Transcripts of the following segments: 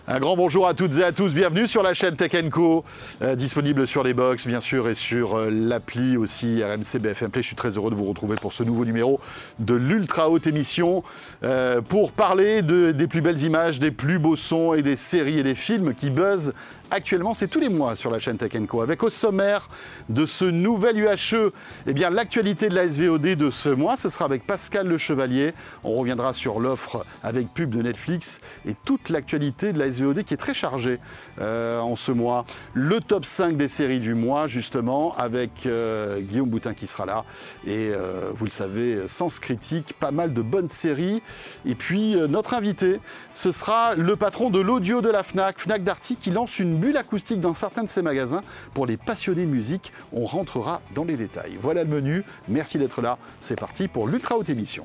Un grand bonjour à toutes et à tous, bienvenue sur la chaîne Tech & Co, disponible sur les box bien sûr et sur l'appli aussi RMC BFM Play. Je suis très heureux de vous retrouver pour ce nouveau numéro de l'ultra haute émission pour parler des plus belles images, des plus beaux sons et des séries et des films qui buzzent actuellement. C'est tous les mois sur la chaîne Tech & Co. Avec au sommaire de ce nouvel UHE, eh bien l'actualité de la SVOD de ce mois, ce sera avec Pascal Le Chevalier. On reviendra sur l'offre avec pub de Netflix et toute l'actualité de la SVOD qui est très chargée en ce mois. Le top 5 des séries du mois, justement, avec Guillaume Boutin qui sera là. Et vous le savez, Sens Critique, pas mal de bonnes séries. Et puis, notre invité, ce sera le patron de l'audio de la Fnac, Fnac Darty, qui lance une bulle acoustique dans certains de ses magasins. Pour les passionnés de musique, on rentrera dans les détails. Voilà le menu. Merci d'être là. C'est parti pour l'ultra haute émission.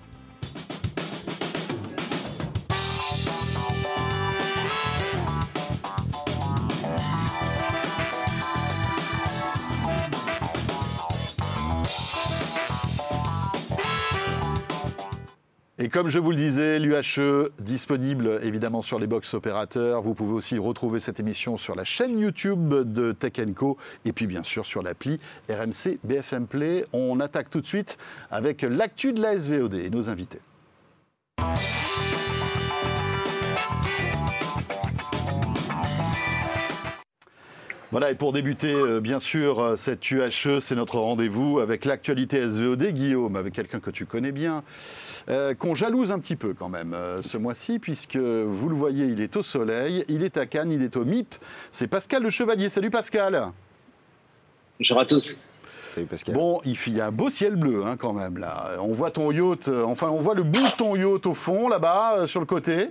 Et comme je vous le disais, l'UHE disponible évidemment sur les box opérateurs. Vous pouvez aussi retrouver cette émission sur la chaîne YouTube de Tech & Co. Et puis bien sûr sur l'appli RMC BFM Play. On attaque tout de suite avec l'actu de la SVOD et nos invités. Voilà, et pour débuter, bien sûr, cette UHE, c'est notre rendez-vous avec l'actualité SVOD. Guillaume, avec quelqu'un que tu connais bien, qu'on jalouse un petit peu quand même ce mois-ci, puisque vous le voyez, il est au soleil, il est à Cannes, il est au MIP. C'est Pascal Le Chevalier. Salut Pascal. Bonjour à tous. Salut Pascal. Bon, il y a un beau ciel bleu hein, quand même là. On voit ton yacht, enfin on voit le bout de ton yacht au fond, là-bas, sur le côté.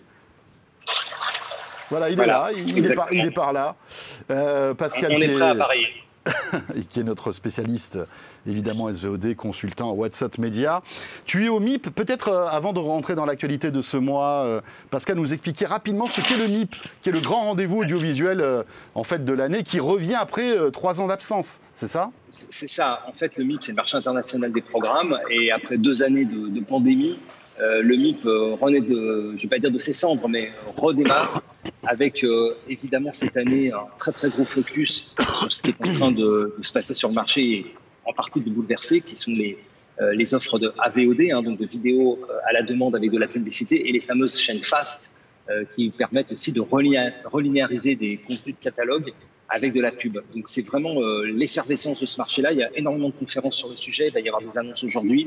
Voilà, il est là, il est par là. Pascal, on est prêt à parier. qui est notre spécialiste, évidemment, SVOD, consultant à WhatsApp Média. Tu es au MIP. Peut-être, avant de rentrer dans l'actualité de ce mois, Pascal, nous expliquer rapidement ce qu'est le MIP, qui est le grand rendez-vous audiovisuel en fait, de l'année, qui revient après 3 ans d'absence. C'est ça ? C'est ça. En fait, le MIP, c'est le marché international des programmes. Et après 2 années de pandémie, le MIP renaît je ne vais pas dire de ses cendres, mais redémarre avec évidemment cette année un très très gros focus sur ce qui est en train de se passer sur le marché et en partie de bouleverser, qui sont les offres de AVOD, hein, donc de vidéos à la demande avec de la publicité, et les fameuses chaînes FAST qui permettent aussi de relinéariser des contenus de catalogue avec de la pub. Donc c'est vraiment l'effervescence de ce marché-là. Il y a énormément de conférences sur le sujet, il va y avoir des annonces aujourd'hui.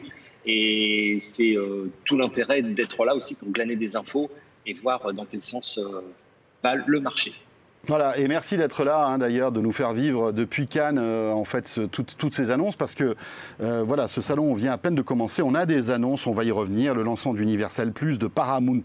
Et c'est tout l'intérêt d'être là aussi pour glaner des infos et voir dans quel sens va le marché. Voilà, et merci d'être là, hein, d'ailleurs, de nous faire vivre depuis Cannes, en fait, toutes ces annonces, parce que, voilà, ce salon vient à peine de commencer, on a des annonces, on va y revenir, le lancement d'Universal+, de Paramount+,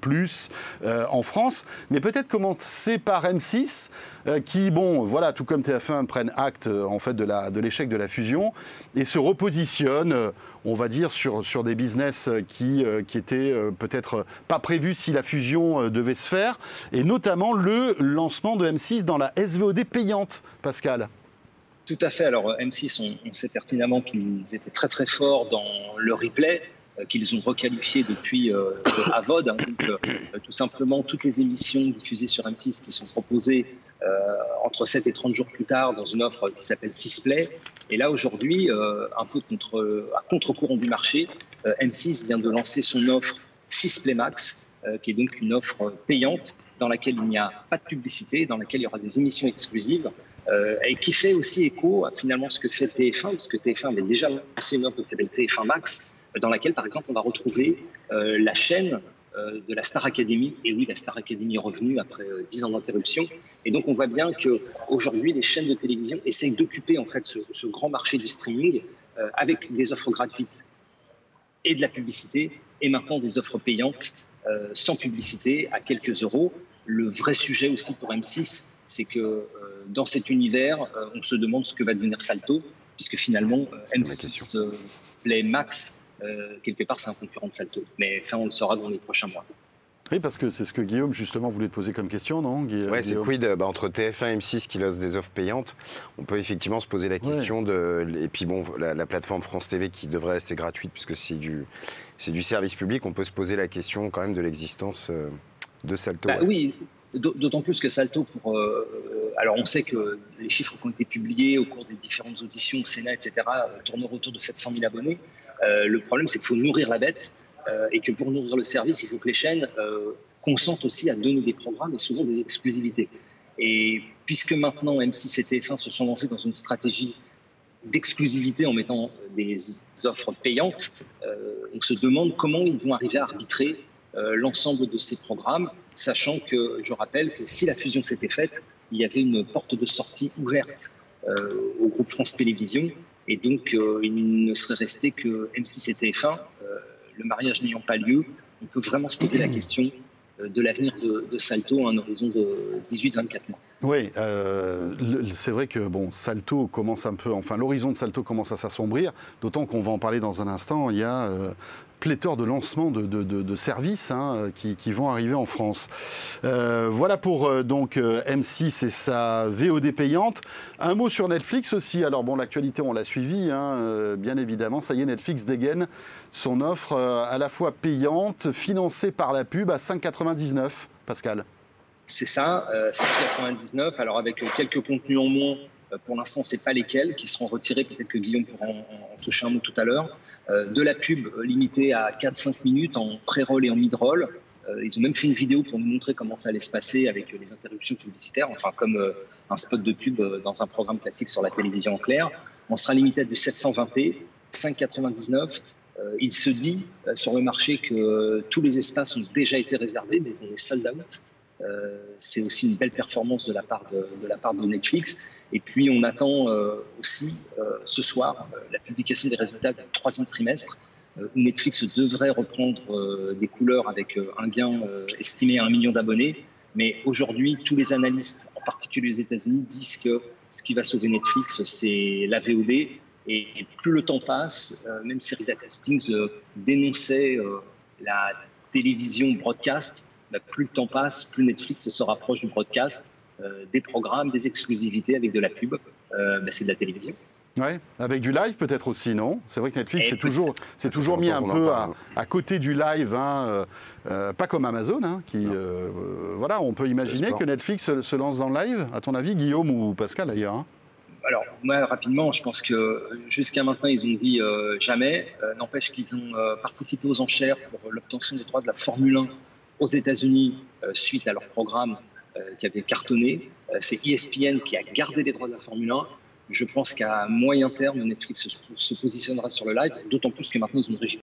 en France, mais peut-être commencer par M6, qui, bon, voilà, tout comme TF1, prennent acte, en fait, de l'échec de la fusion, et se repositionnent, on va dire, sur des business qui étaient peut-être pas prévus si la fusion devait se faire, et notamment le lancement de M6 dans la SVOD payante, Pascal. Tout à fait. Alors M6, on sait pertinemment qu'ils étaient très très forts dans le replay, qu'ils ont requalifié depuis AVOD. Hein, donc, tout simplement, toutes les émissions diffusées sur M6 qui sont proposées entre 7 et 30 jours plus tard dans une offre qui s'appelle 6play. Et là, aujourd'hui, un peu à contre-courant du marché, M6 vient de lancer son offre 6play Max, qui est donc une offre payante dans laquelle il n'y a pas de publicité, dans laquelle il y aura des émissions exclusives et qui fait aussi écho à finalement ce que fait TF1, parce que TF1 avait déjà lancé une offre qui s'appelle TF1 Max, dans laquelle, par exemple, on va retrouver la chaîne de la Star Academy. Et oui, la Star Academy est revenue après 10 ans d'interruption. Et donc, on voit bien qu'aujourd'hui, les chaînes de télévision essayent d'occuper en fait ce grand marché du streaming avec des offres gratuites et de la publicité, et maintenant des offres payantes sans publicité à quelques euros. Le vrai sujet aussi pour M6, c'est que dans cet univers, on se demande ce que va devenir Salto, puisque finalement, M6 Play Max, quelque part, c'est un concurrent de Salto. Mais ça, on le saura dans les prochains mois. Oui, parce que c'est ce que Guillaume, justement, voulait te poser comme question, non, Guillaume ? Oui, c'est quid entre TF1 et M6 qui lancent des offres payantes. On peut effectivement se poser la question de... Et puis bon, la plateforme France TV qui devrait rester gratuite puisque c'est du service public, on peut se poser la question quand même de l'existence de Salto. Oui, D'autant plus que Salto, alors on sait que les chiffres qui ont été publiés au cours des différentes auditions au Sénat, etc., tournent autour de 700 000 abonnés. Le problème, c'est qu'il faut nourrir la bête et que pour nourrir le service, il faut que les chaînes consentent aussi à donner des programmes et souvent des exclusivités. Et puisque maintenant M6 et TF1 se sont lancés dans une stratégie d'exclusivité en mettant des offres payantes, on se demande comment ils vont arriver à arbitrer l'ensemble de ces programmes, sachant que, je rappelle que si la fusion s'était faite, il y avait une porte de sortie ouverte au groupe France Télévisions, et donc il ne serait resté que M6 et TF1. Le mariage n'ayant pas lieu, on peut vraiment se poser la question de l'avenir de Salto à un horizon de 18-24 mois. Oui, c'est vrai que Salto commence un peu, enfin l'horizon de Salto commence à s'assombrir, d'autant qu'on va en parler dans un instant. Il y a pléthore de lancements de services qui vont arriver en France. Voilà pour donc M6 et sa VOD payante. Un mot sur Netflix aussi. Alors l'actualité on l'a suivi, bien évidemment. Ça y est, Netflix dégaine son offre à la fois payante, financée par la pub à 5,99. Pascal. C'est ça, 5,99. Alors avec quelques contenus en moins, pour l'instant on ne sait pas lesquels, qui seront retirés. Peut-être que Guillaume pourra en toucher un mot tout à l'heure. De la pub limitée à 4-5 minutes en pré-roll et en mid-roll. Ils ont même fait une vidéo pour nous montrer comment ça allait se passer avec les interruptions publicitaires, enfin comme un spot de pub dans un programme classique sur la télévision en clair. On sera limité à du 720p, 5,99. Il se dit sur le marché que tous les espaces ont déjà été réservés, mais on est sold out. C'est aussi une belle performance de la part de Netflix. Et puis on attend aussi ce soir la publication des résultats du 3e trimestre, où Netflix devrait reprendre des couleurs avec un gain estimé à 1 million d'abonnés. Mais aujourd'hui, tous les analystes, en particulier aux États-Unis, disent que ce qui va sauver Netflix, c'est la VOD. Et plus le temps passe, même si Reed Hastings dénonçait la télévision broadcast, plus le temps passe, plus Netflix se rapproche du broadcast, des programmes, des exclusivités avec de la pub. C'est de la télévision. Oui, avec du live peut-être aussi, non? C'est vrai que Netflix c'est toujours mis un peu à côté du live, pas comme Amazon, voilà, on peut imaginer que Netflix se lance dans le live, à ton avis, Guillaume ou Pascal d'ailleurs. Alors, moi, rapidement, je pense que jusqu'à maintenant, ils ont dit jamais. N'empêche qu'ils ont participé aux enchères pour l'obtention des droits de la Formule 1 aux États-Unis suite à leur programme qui avait cartonné. C'est ESPN qui a gardé les droits de la Formule 1. Je pense qu'à moyen terme, Netflix se positionnera sur le live, d'autant plus que maintenant, ils ont une régie